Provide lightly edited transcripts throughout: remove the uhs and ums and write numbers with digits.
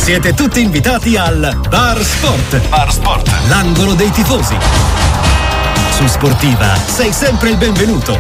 Siete tutti invitati al Bar Sport. Bar Sport, l'angolo dei tifosi. Su Sportiva sei sempre il benvenuto.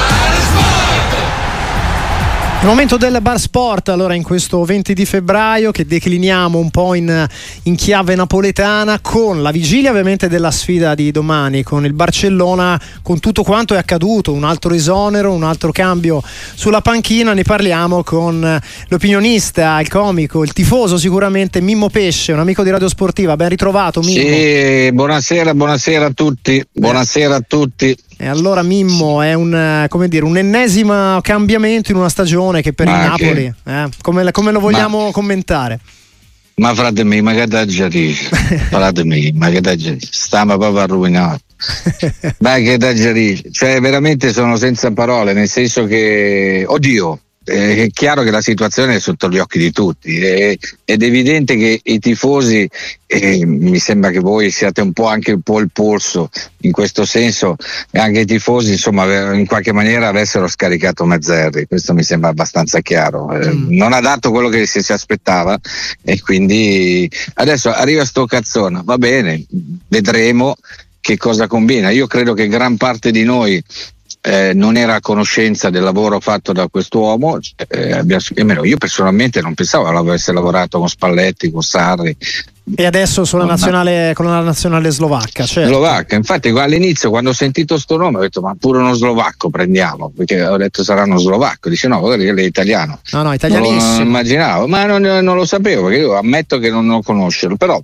Il momento del Bar Sport, allora, in questo 20 di febbraio che decliniamo un po' in chiave napoletana, con la vigilia ovviamente della sfida di domani con il Barcellona, con tutto quanto è accaduto, un altro esonero, un altro cambio sulla panchina. Ne parliamo con l'opinionista, il comico, il tifoso sicuramente, Mimmo Pesce, un amico di Radio Sportiva. Ben ritrovato, Mimmo. Sì, buonasera a tutti. Buonasera a tutti. E allora, Mimmo, è un ennesimo cambiamento in una stagione che per il Napoli, come lo vogliamo commentare? Ma fratemi, ma che t'aggia dice? Fratemi, ma che t'aggia dice? Stiamo proprio arruinato. Ma che t'aggia dice? Cioè, veramente sono senza parole, nel senso che, oddio, è chiaro che la situazione è sotto gli occhi di tutti, ed è evidente che i tifosi, mi sembra che voi siate un po' il polso in questo senso, e anche i tifosi insomma in qualche maniera avessero scaricato Mazzarri. Questo mi sembra abbastanza chiaro. Non ha dato quello che si aspettava, e quindi adesso arriva sto cazzone, va bene, vedremo che cosa combina. Io credo che gran parte di noi non era a conoscenza del lavoro fatto da quest'uomo, almeno io personalmente non pensavo avesse lavorato con Spalletti, con Sarri. E adesso con la nazionale slovacca, certo. Slovacca, infatti all'inizio quando ho sentito sto nome ho detto ma pure uno slovacco prendiamo, perché ho detto sarà uno slovacco, dice no, guarda che lei è italiano. No, italianissimo. Non immaginavo, ma non lo sapevo, perché io ammetto che non lo conoscevo, però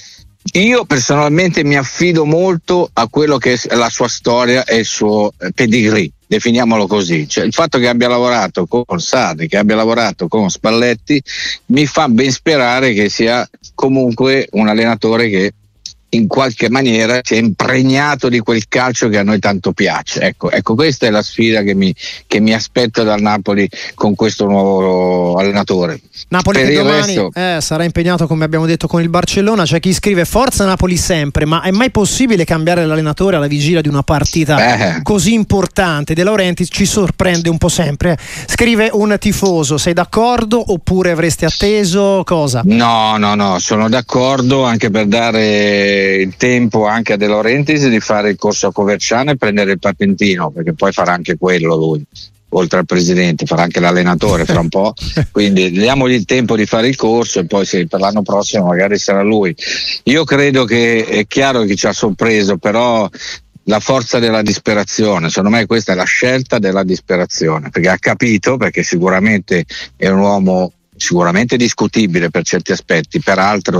io personalmente mi affido molto a quello che è la sua storia e il suo pedigree, definiamolo così. Cioè, il fatto che abbia lavorato con Sarri, che abbia lavorato con Spalletti, mi fa ben sperare che sia comunque un allenatore che in qualche maniera si è impregnato di quel calcio che a noi tanto piace. Ecco, questa è la sfida che mi aspetta dal Napoli con questo nuovo allenatore. Napoli per che domani sarà impegnato, come abbiamo detto, con il Barcellona. C'è chi scrive forza Napoli sempre, ma è mai possibile cambiare l'allenatore alla vigilia di una partita così importante? De Laurentiis ci sorprende un po' sempre. Scrive un tifoso: sei d'accordo oppure avresti atteso cosa? No, sono d'accordo, anche per dare il tempo anche a De Laurentiis di fare il corso a Coverciano e prendere il patentino, perché poi farà anche quello lui, oltre al presidente farà anche l'allenatore fra un po', quindi diamogli il tempo di fare il corso e poi per l'anno prossimo magari sarà lui. Io credo che è chiaro che ci ha sorpreso, però la forza della disperazione, secondo me questa è la scelta della disperazione, perché ha capito, perché sicuramente è un uomo sicuramente discutibile per certi aspetti, per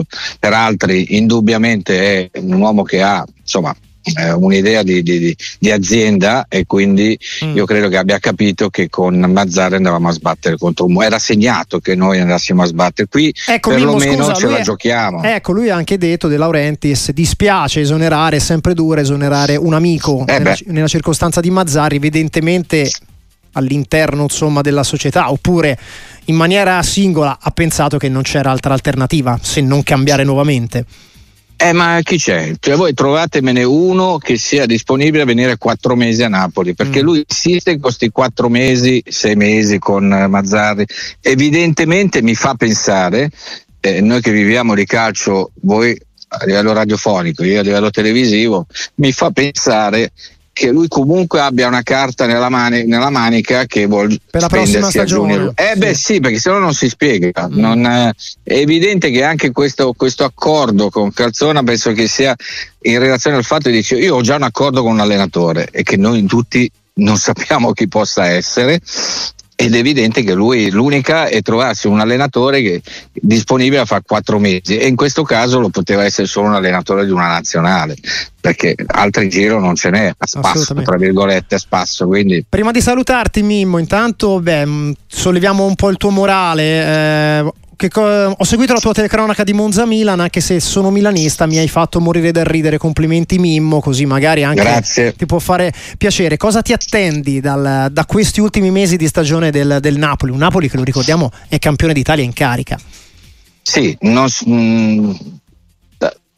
altri indubbiamente è un uomo che ha insomma un'idea di azienda, e quindi io credo che abbia capito che con Mazzarri andavamo a sbattere contro un muro. Era segnato che noi andassimo a sbattere qui, perlomeno ce la giochiamo. Ecco, lui ha anche detto, De Laurentiis, dispiace esonerare, è sempre duro esonerare un amico nella circostanza di Mazzarri, evidentemente all'interno insomma della società, oppure in maniera singola ha pensato che non c'era altra alternativa se non cambiare nuovamente. Ma chi c'è? Cioè, voi trovatemene uno che sia disponibile a venire 4 mesi a Napoli, perché lui insiste con questi 4 mesi, 6 mesi con Mazzarri. Evidentemente mi fa pensare, noi che viviamo di calcio, voi a livello radiofonico, io a livello televisivo, mi fa pensare che lui comunque abbia una carta nella manica che vuol per la prossima stagione. Sì, perché sennò non si spiega. È evidente che anche questo accordo con Calzona penso che sia in relazione al fatto di dire io ho già un accordo con un allenatore e che noi tutti non sappiamo chi possa essere, ed è evidente che lui l'unica è trovarsi un allenatore che è disponibile a fare 4 mesi, e in questo caso lo poteva essere solo un allenatore di una nazionale, perché altri giro non ce n'è a spasso, tra virgolette, a spasso. Quindi prima di salutarti, Mimmo, intanto solleviamo un po' il tuo morale. Ho seguito la tua telecronaca di Monza Milan, anche se sono milanista mi hai fatto morire dal ridere. Complimenti, Mimmo, così magari anche ti può fare piacere. Cosa ti attendi da questi ultimi mesi di stagione del Napoli? Un Napoli che, lo ricordiamo, è campione d'Italia in carica. Sì,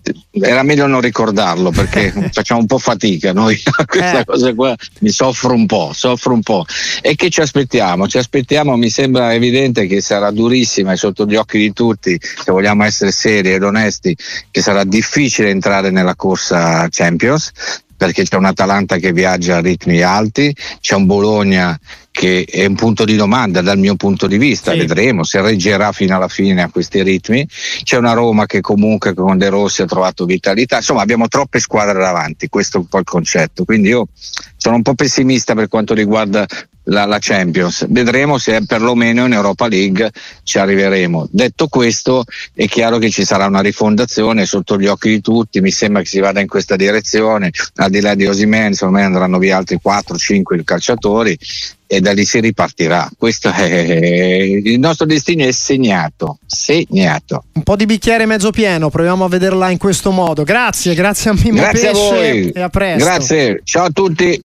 era meglio non ricordarlo, perché facciamo un po' fatica noi a questa cosa qua, mi soffro un po'. E che ci aspettiamo, mi sembra evidente che sarà durissima e sotto gli occhi di tutti, se vogliamo essere seri ed onesti, che sarà difficile entrare nella corsa Champions, perché c'è un Atalanta che viaggia a ritmi alti, c'è un Bologna che è un punto di domanda dal mio punto di vista, sì. Vedremo se reggerà fino alla fine a questi ritmi. C'è una Roma che comunque con De Rossi ha trovato vitalità, insomma abbiamo troppe squadre davanti, questo è un po' il concetto, quindi io sono un po' pessimista per quanto riguarda la Champions, vedremo se perlomeno in Europa League ci arriveremo. Detto questo, è chiaro che ci sarà una rifondazione sotto gli occhi di tutti, mi sembra che si vada in questa direzione, al di là di Osimhen secondo me andranno via altri 4-5 calciatori e da lì si ripartirà. Questo è il nostro destino, è segnato. Un po' di bicchiere mezzo pieno, proviamo a vederla in questo modo. Grazie a Mimmo Pesce, e a presto. Grazie, ciao a tutti.